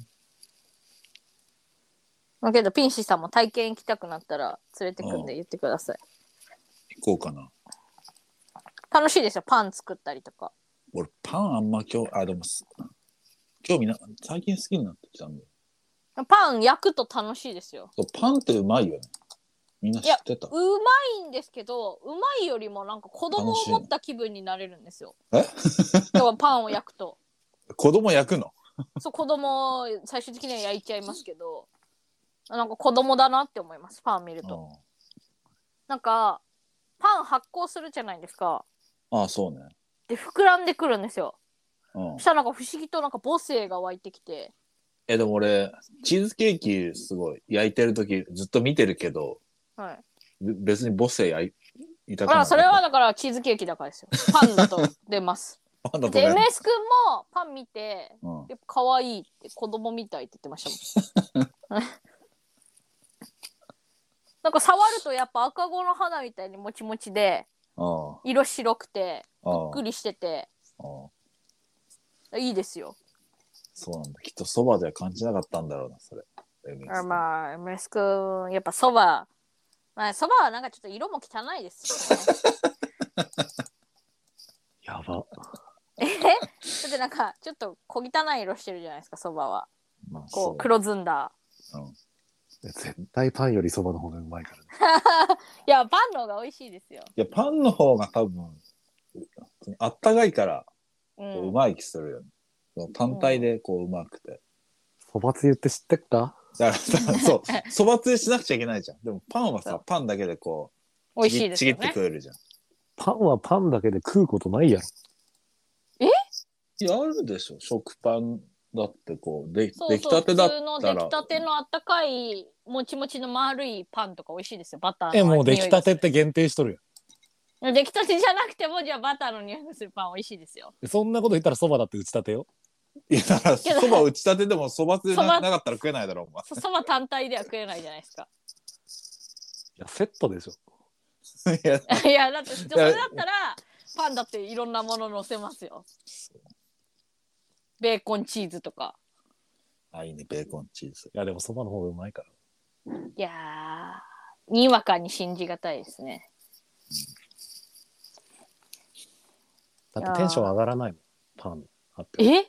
Speaker 1: まあけどピンシーさんも体験行きたくなったら連れてくんで言ってください。
Speaker 2: 行こうかな。
Speaker 1: 楽しいですよ、パン作ったりとか。
Speaker 2: 俺、パンあんま興味、あ、でもす、興味な、最近好きになってきたんだよ。
Speaker 1: パン焼くと楽しいですよ。
Speaker 2: そうパンってうまいよね。みんな知ってた。
Speaker 1: うまいんですけど、うまいよりもなんか子供を持った気分になれるんですよ。
Speaker 2: え
Speaker 1: 要はパンを焼くと。
Speaker 2: 子供焼くの？
Speaker 1: そう、子供を最終的には焼いちゃいますけど、なんか子供だなって思います、パン見ると。なんかパン発酵するじゃないですか。
Speaker 2: ああ、そうね。
Speaker 1: で膨らんでくるんですよ。
Speaker 2: うん
Speaker 1: そし。たらなんか不思議となんか母性が湧いてきて。
Speaker 2: え、でも俺、チーズケーキすごい焼いてるときずっと見てるけど、
Speaker 1: はい。
Speaker 2: べ別に母性やい痛くなかった。
Speaker 1: あ、それはだからチーズケーキだからですよ。パンだと出ます。
Speaker 2: パンだと
Speaker 1: で、
Speaker 2: ね
Speaker 1: エムエス 君もパン見て、
Speaker 2: うん、
Speaker 1: やっぱ可愛いって子供みたいって言ってましたもん。なんか触るとやっぱ赤子の花みたいにもちもちで、
Speaker 2: あ
Speaker 1: 色白くて、
Speaker 2: あ
Speaker 1: ぷっくりしてて、
Speaker 2: ああ
Speaker 1: いいですよ。
Speaker 2: そうなんだ。きっとそばでは感じなかったんだろうな、それ。
Speaker 1: あまあ、エムエス 君、やっぱそば、まあそばはなんかちょっと色も汚いですよね。
Speaker 3: やば。
Speaker 1: えだってなんかちょっと小汚い色してるじゃないですか、そばは。
Speaker 2: まあ、
Speaker 1: こう黒ずんだ。
Speaker 2: うん。
Speaker 3: 絶対パンよりそばの方がうまいからね。
Speaker 1: いや、パンの方が美味しいですよ。
Speaker 2: いや、パンの方が多分、あったかいから、
Speaker 1: う。
Speaker 2: うんまい気するよね。その単体でこううまくて。
Speaker 3: そばつゆって知ってっか？
Speaker 2: だからさ、そう、そばつゆしなくちゃいけないじゃん。でもパンはさ、
Speaker 1: そう
Speaker 2: パンだけでこう、
Speaker 1: 美味しいです
Speaker 2: ちぎって
Speaker 1: よね。
Speaker 2: 食えるじゃん。
Speaker 3: パンはパンだけで食うことないやろ。
Speaker 2: いや、あるでしょ。食パンだってこう、で
Speaker 1: そうそう、
Speaker 2: 出来たてだっ
Speaker 1: 普通の
Speaker 2: たら。
Speaker 1: 出来たてのあったかいもちもちの丸いパンとか美味しいですよ。バターの
Speaker 3: え、もう出来たてっ
Speaker 1: 匂い
Speaker 3: て限定しとる
Speaker 1: がする。出来たてじゃなくてもじゃあバターの匂いがするパン美味しいですよ。
Speaker 3: やん。そんなこと言ったらそばだって打ちたてよ。
Speaker 2: いや、だから、そ
Speaker 1: けど
Speaker 2: ば打ちたてでもそばつゆ
Speaker 1: そば
Speaker 2: ななかったら食えないだろ、お前。
Speaker 1: そそば単体では食えないじゃないですか。
Speaker 3: いや、セットでしょ。
Speaker 2: いや、
Speaker 1: いやだってそれだったらパンだっていろんなもの乗せますよ。ベーコンチーズとか。
Speaker 2: あ、いいね、ベーコンチーズ。
Speaker 3: いや、でもそばの方がうまいから。
Speaker 1: いやー、にわかに信じがたいですね。
Speaker 3: だってテンション上がらないもん。パンあって。
Speaker 1: え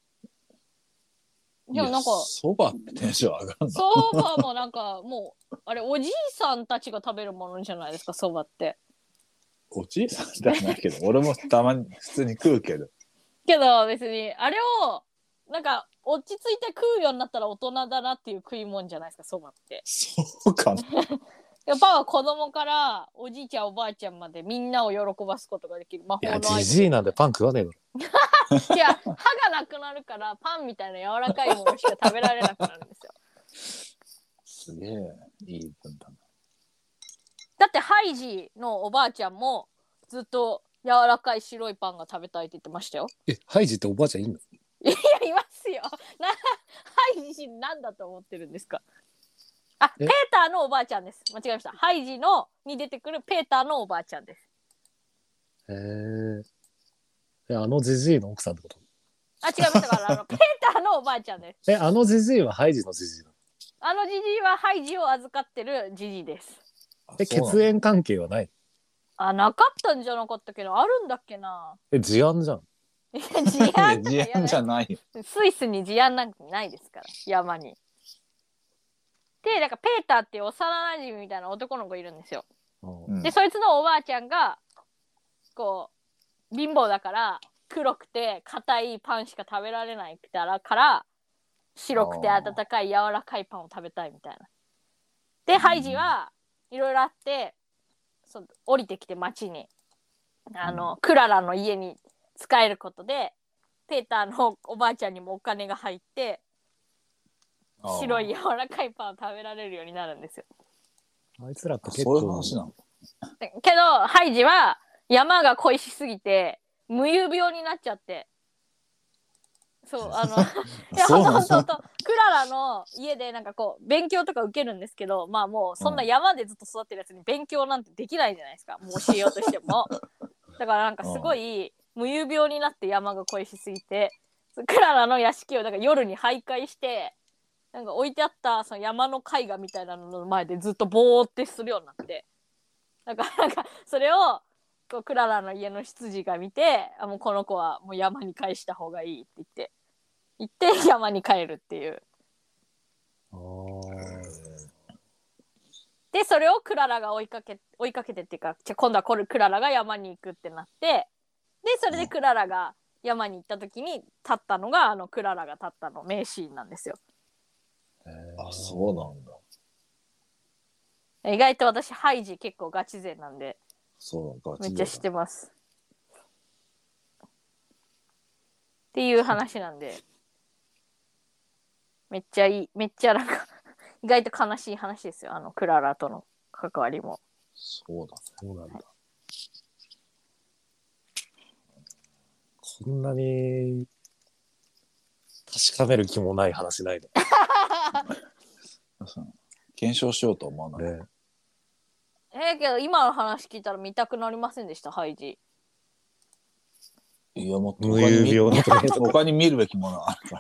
Speaker 1: でもなんか
Speaker 2: そばってテンション上がるの？
Speaker 1: そばもなんかもうあれおじいさんたちが食べるものじゃないですか、そばって。
Speaker 2: おじいさんじゃないけど、俺もたまに普通に食うけど。
Speaker 1: けど別にあれをなんか落ち着いて食うようになったら大人だなっていう食い物じゃないですか、そばって。
Speaker 2: そうかな。
Speaker 1: やっぱ子供からおじいちゃんおばあちゃんまでみんなを喜ばすことができる魔
Speaker 3: いや、
Speaker 1: 法のアイテム。
Speaker 3: じじいなんでパン食わねえだろ。
Speaker 1: いや、歯がなくなるからパンみたいな柔らかいものしか食べられなくなるんですよ。
Speaker 2: すげえいい文だな。
Speaker 1: だってハイジのおばあちゃんもずっと柔らかい白いパンが食べたいって言ってましたよ。
Speaker 3: え、ハイジっておばあちゃんいんの？
Speaker 1: いや、いますよ。なハイジ自身なんだと思ってるんですか？あ、ペーターのおばあちゃんです。間違えました。ハイジのに出てくるペーターのおばあちゃんです。
Speaker 3: へえ。え、あのじじいの奥さんってこと？
Speaker 1: あ、違いましたから、あのペーターのおばあちゃんです。
Speaker 3: え、あのじじいはハイジのじじいなの？
Speaker 1: あのじじいはハイジを預かってるじじいです。
Speaker 3: え、血縁関係はない？
Speaker 1: あ、なかったんじゃなかったけど、あるんだっけな。
Speaker 3: え、事案じゃん。
Speaker 1: いや、事案とか
Speaker 2: 事案じゃないよ。
Speaker 1: スイスに事案なんかないですから、山に。で、なんかペーターっていう幼馴染みたいな男の子いるんですよ。
Speaker 3: うん、
Speaker 1: で、そいつのおばあちゃんが、こう、貧乏だから、黒くて硬いパンしか食べられないから、から白くて温かい柔らかいパンを食べたいみたいな。でハイジはいろいろあってそう降りてきて町にあの、うん、クララの家に使えることでペーターのおばあちゃんにもお金が入って白い柔らかいパンを食べられるようになるんですよ。
Speaker 3: あいつらって結構
Speaker 2: そういう話なの。
Speaker 1: けどハイジは山が恋しすぎて無遊病になっちゃってそうあのいやそうそうとクララの家でなんかこう勉強とか受けるんですけどまあもうそんな山でずっと育ってるやつに勉強なんてできないじゃないですかもう教えようとしてもだからなんかすごい無遊病になって山が恋しすぎてクララの屋敷をなんか夜に徘徊してなんか置いてあったその山の絵画みたいなのの前でずっとボーってするようになってなんかなんかそれをこうクララの家の執事が見てあもうこの子はもう山に返した方がいいって言って行って山に帰るっていうでそれをクララが追いかけ追いかけてっていうかじゃ今度はこれクララが山に行くってなってでそれでクララが山に行った時に立ったのがあのクララが立ったの名シーンなんですよ。
Speaker 2: あそうなんだ。
Speaker 1: 意外と私ハイジ結構ガチ勢なんで
Speaker 2: そうガチ
Speaker 1: めっちゃ知ってます。っていう話なんでめっちゃいいめっちゃなんか意外と悲しい話ですよあのクララとの関わりも。
Speaker 2: そうだ
Speaker 3: そうなんだ、はい、こんなに確かめる気もない話ないの
Speaker 2: 検証しようと思わない、ね、
Speaker 1: えー、けど今の話聞いたら見たくなりませんでしたハイジ。
Speaker 2: いやもっと他に見他に見るべきものあるから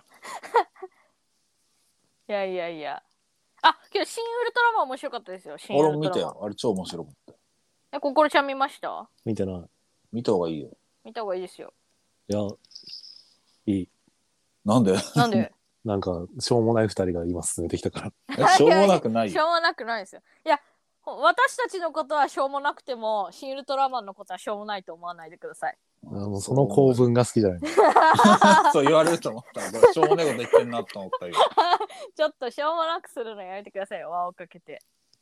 Speaker 1: いやいやいやあけど新ウルトラマン面白かったですよ。新ウルトラマン
Speaker 2: 俺も見たよあれ超面白かった。
Speaker 1: え心ちゃん見ました？
Speaker 3: 見てない。
Speaker 2: 見た方がいいよ。
Speaker 1: 見た方がいいですよ。
Speaker 3: いやいい。
Speaker 2: なんで
Speaker 1: なんで
Speaker 3: なんかしょうもないふたりが今進めてきた
Speaker 2: からしょうもなくないよ。
Speaker 1: しょうもなくないですよ。いや私たちのことはしょうもなくても新ウルトラマンのことはしょうもないと思わないでください。
Speaker 3: あもうその構文が好きじゃない
Speaker 2: そう言われると思ったらしょうもないこと言ってんなと思ったよ
Speaker 1: ちょっとしょうもなくするのやめてくださいよ輪をかけて。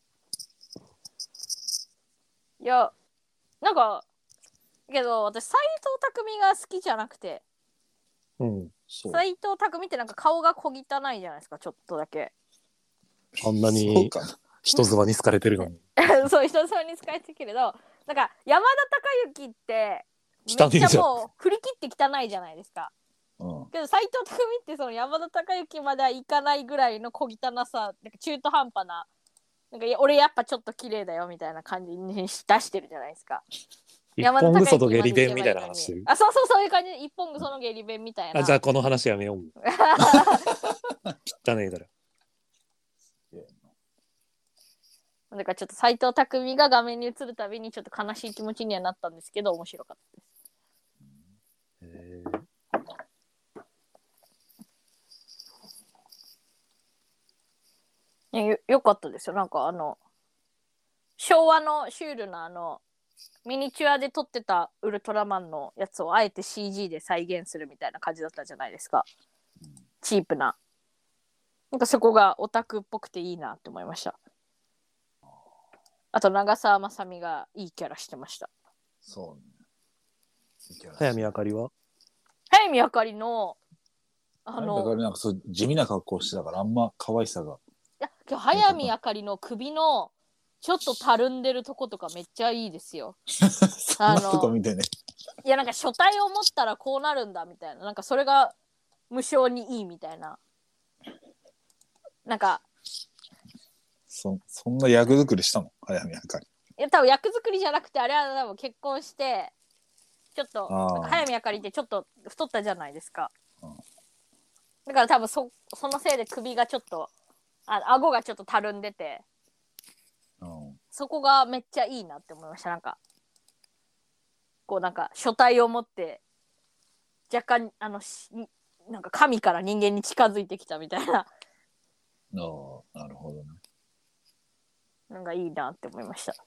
Speaker 1: いやなんかけど私斎藤工が好きじゃなくて、
Speaker 3: うん、そう
Speaker 1: 斎藤工ってなんか顔が小汚いじゃないですかちょっとだけ。
Speaker 3: あんなに人妻に好かれてるのに
Speaker 1: そう人妻に好かれてるけれどなんか山田孝之ってめっちゃもう振り切って汚いじゃないですか、うん、けど斎藤工ってその山田孝之まではいかないぐらいの小汚さなんか中途半端ななんか俺やっぱちょっと綺麗だよみたいな感じに出してるじゃないですか。
Speaker 3: 一本ぐそと下痢弁みたいな話してる。
Speaker 1: あそうそうそういう感じで一本ぐその下痢弁みたいな。
Speaker 3: あじゃあこの話やめよう汚ねえだろ。
Speaker 1: だからちょっと斎藤工が画面に映るたびにちょっと悲しい気持ちにはなったんですけど面白かったです。へーよ, よかったですよ。なんかあの昭和のシュールなあのミニチュアで撮ってたウルトラマンのやつをあえて シージー で再現するみたいな感じだったじゃないですか。チープななんかそこがオタクっぽくていいなって思いました。あと長澤まさみがいいキャラしてました。
Speaker 2: そう
Speaker 3: ね。早見あかりは
Speaker 1: 早見あかりのあの
Speaker 2: 早見あかりなんかそう地味な格好してたからあんま可愛さが。
Speaker 1: いや今日早見あかりの首のちょっとたるんでるとことかめっちゃいいですよ。
Speaker 2: そんなとこ見てね。
Speaker 1: いやなんか書体を持ったらこうなるんだみたいななんかそれが無性にいいみたいななんか。
Speaker 2: そ, そんな役作りしたの早見あかり。
Speaker 1: いや多分役作りじゃなくてあれは多分結婚してちょっとなんか早見あかりってちょっと太ったじゃないですか。だから多分 そ, そのせいで首がちょっとあ顎がちょっとたるんでてそこがめっちゃいいなって思いました。なんかこうなんか書体を持って若干あのなんか神から人間に近づいてきたみたいな。あ
Speaker 2: あなるほどね。
Speaker 1: なんかいいなって思いました。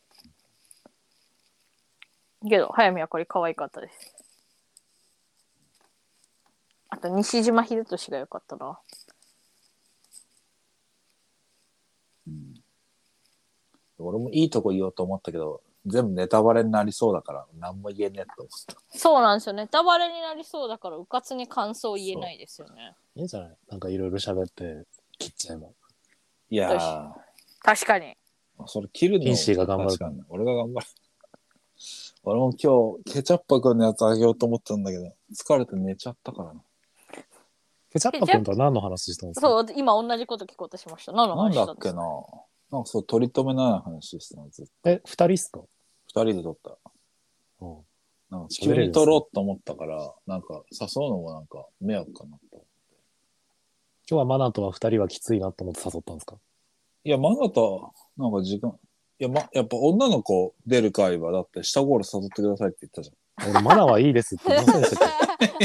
Speaker 1: けど早見あかり可愛かったです。あと西島秀俊が良かったな。
Speaker 2: 俺もいいとこ言おうと思ったけど、全部ネタバレになりそうだから何も言えねえと思った。
Speaker 1: そうなんですよ。ネタバレになりそうだからうかつに感想言えないですよね。
Speaker 3: いいんじゃない？なんかいろいろ喋って切っちゃえば。
Speaker 2: いやー。
Speaker 1: 確かに。
Speaker 2: それ切るの
Speaker 3: ピンシーが頑張る。
Speaker 2: 確かに。俺が頑張る。俺も今日ケチャッパ君のやつあげようと思ったんだけど、疲れて寝ちゃったからな。
Speaker 3: ケチャッパ君とは何の話したんですか？
Speaker 1: そう、今同じこと聞こうとしました。何の話したんですか？
Speaker 2: なんだっけな。なんかそう、取り留めない話してたんです。
Speaker 3: え、二人っすか？
Speaker 2: 二人で撮った。
Speaker 3: うん。
Speaker 2: なんか急に撮ろうと思ったから、なんか誘うのもなんか迷惑かなと。今
Speaker 3: 日はマナとは二人はきついなと思って誘ったんですか？
Speaker 2: いや、マナとなんか時間、いや、ま、やっぱ女の子出る会はだって下心誘ってくださいって言ったじゃん。
Speaker 3: 俺マナはいいですって言いませんでしたっけ？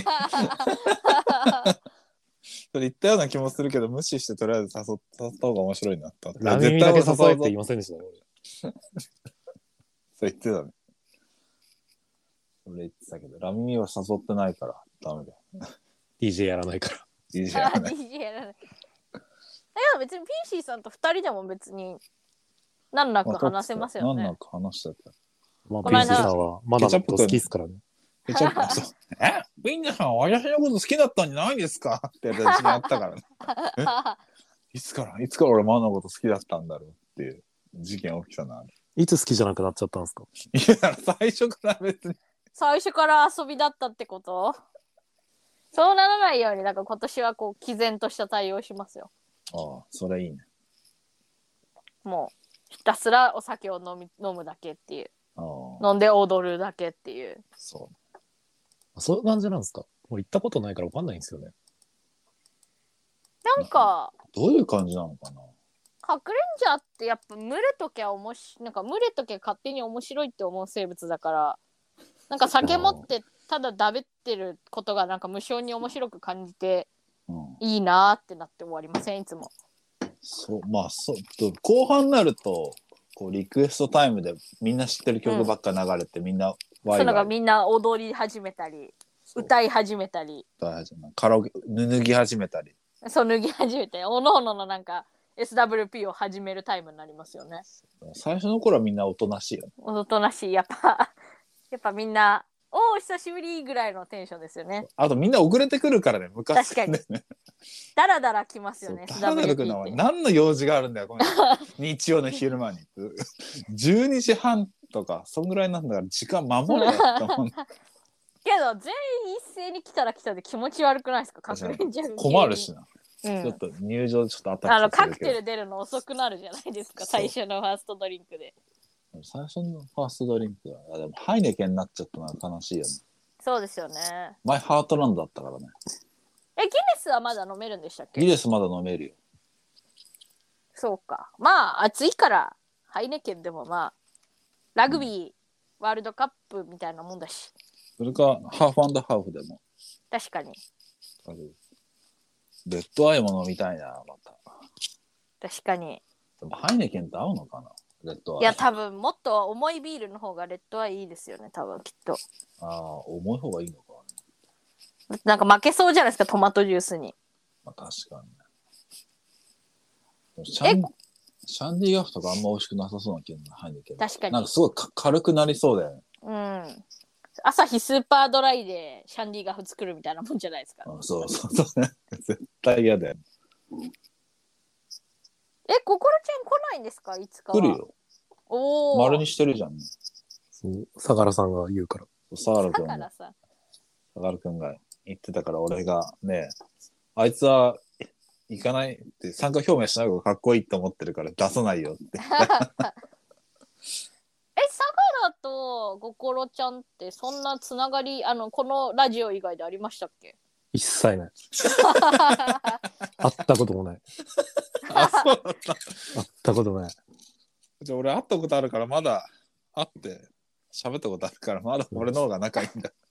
Speaker 2: それ言ったような気もするけど、無視してとりあえず誘った方が面白いなって。
Speaker 3: ラミミだけ誘えって言いませんでしたね、
Speaker 2: 俺。そう言ってたね。俺言ってたけど、ラミミは誘ってないからダメだよ。
Speaker 3: ディージェー やらないから。
Speaker 2: ディージェー やらない。
Speaker 1: ディージェー やらない。だけど別にピーシーさんと二人でも別に何らか話せますよね。
Speaker 2: 何らか話してた。
Speaker 3: まあ、ピーシーさんはマナのこと好きっすからね。
Speaker 2: ケチャップそうえビンジャさんは私のこと好きだったんじゃないですかって私にあったからね。いつからいつから俺マナのこと好きだったんだろうっていう事件起きたな。
Speaker 3: いつ好きじゃなくなっちゃったんですか？
Speaker 2: いや最初から別に。
Speaker 1: 最初から遊びだったってこと？そうならないように、だから今年はこう毅然とした対応しますよ。
Speaker 2: ああ、それいいね。
Speaker 1: もうひたすらお酒を飲み飲むだけっていう。
Speaker 2: ああ
Speaker 1: 飲んで踊るだけっていう。
Speaker 2: そう。
Speaker 3: そういう感じなんですか？もう行ったことないから分かんないんですよね。
Speaker 1: なんか
Speaker 2: どういう感じなのかな。
Speaker 1: かくれんジャーってやっぱ群れときゃおもしなんか群れときゃ勝手に面白いって思う生物だから、なんか酒持ってただだべってることがなんか無性に面白く感じて、うん、いいなーってなって終わりませんいつも。
Speaker 2: そうまあそう後半になるとこうリクエストタイムでみんな知ってる曲ばっか流れて、うん、みんな
Speaker 1: ワイワイそうなんかみんな踊り始めたり歌い始めたり
Speaker 2: カラオケ脱ぎ始めたり
Speaker 1: そう脱ぎ始めておのおののなんか エスダブリューピー を始めるタイムになりますよね。
Speaker 2: 最初の頃はみんなおとなしいよね。
Speaker 1: おとなしいやっぱやっぱみんなおー久しぶりぐらいのテンションですよね。
Speaker 2: あとみんな遅れてくるからね昔
Speaker 1: 確かにだらだら来ますよね。
Speaker 2: だらだら来るのは何の用事があるんだよこの日曜の昼間にじゅうにじはんとかそんぐらいなんだから時間守れよって思う
Speaker 1: けど全員一斉に来たら来たで気持ち悪くないですか？隠れんじゃん
Speaker 2: 困るしな、
Speaker 1: うん、
Speaker 2: ちょっと入場ちょっとアタック
Speaker 1: あのカクテル出るの遅くなるじゃないですか最初のファーストドリンクで。
Speaker 2: 最初のファーストドリンクはでもハイネケンになっちゃったのは悲しいよね。
Speaker 1: そうですよね。
Speaker 2: 前ハートランドだったからね。
Speaker 1: えギネスはまだ飲めるんでしたっけ？
Speaker 2: ギネスまだ飲めるよ。
Speaker 1: そうか。まあ暑いからハイネケンでもまあラグビー、うん、ワールドカップみたいなもんだし。
Speaker 2: それかハーフ&ハーフでも。
Speaker 1: 確かに。
Speaker 2: レッドアイも飲みたいなまた。
Speaker 1: 確かに。
Speaker 2: でもハイネケンと合うのかなレッドアイ。
Speaker 1: いや多分もっと重いビールの方がレッドアイいいですよね多分きっと。
Speaker 2: ああ重い方がいいのか
Speaker 1: ね。なんか負けそうじゃないですかトマトジュースに。
Speaker 2: まあ確かに。シャンシャンディガフとかあんま美味しくなさそうな気がハイネケン。
Speaker 1: 確かに。
Speaker 2: なんかすごい軽くなりそうだよね。
Speaker 1: うん。朝日スーパードライでシャンディガフ作るみたいなもんじゃないですか。
Speaker 2: あそうそうそう絶対嫌だよ。
Speaker 1: え、ココロちゃん来ないんですかいつかは。
Speaker 2: 来るよ。
Speaker 1: おお。
Speaker 2: 丸にしてるじゃん、ね。
Speaker 3: そう、相良さんが言うから。
Speaker 2: 相良君。相良さん。相良君が言ってたから俺がね、あいつは行かないって参加表明しない方がかっこいいと思ってるから出さないよって。え、
Speaker 1: 相良とココロちゃんってそんなつながりあのこのラジオ以外でありましたっけ？
Speaker 3: 一切ない。会ったこともない。
Speaker 2: あ、そうだった。
Speaker 3: 会ったことない。
Speaker 2: じゃあ俺会ったことあるからまだ会って喋ったことあるからまだ俺の方が仲いいんだ。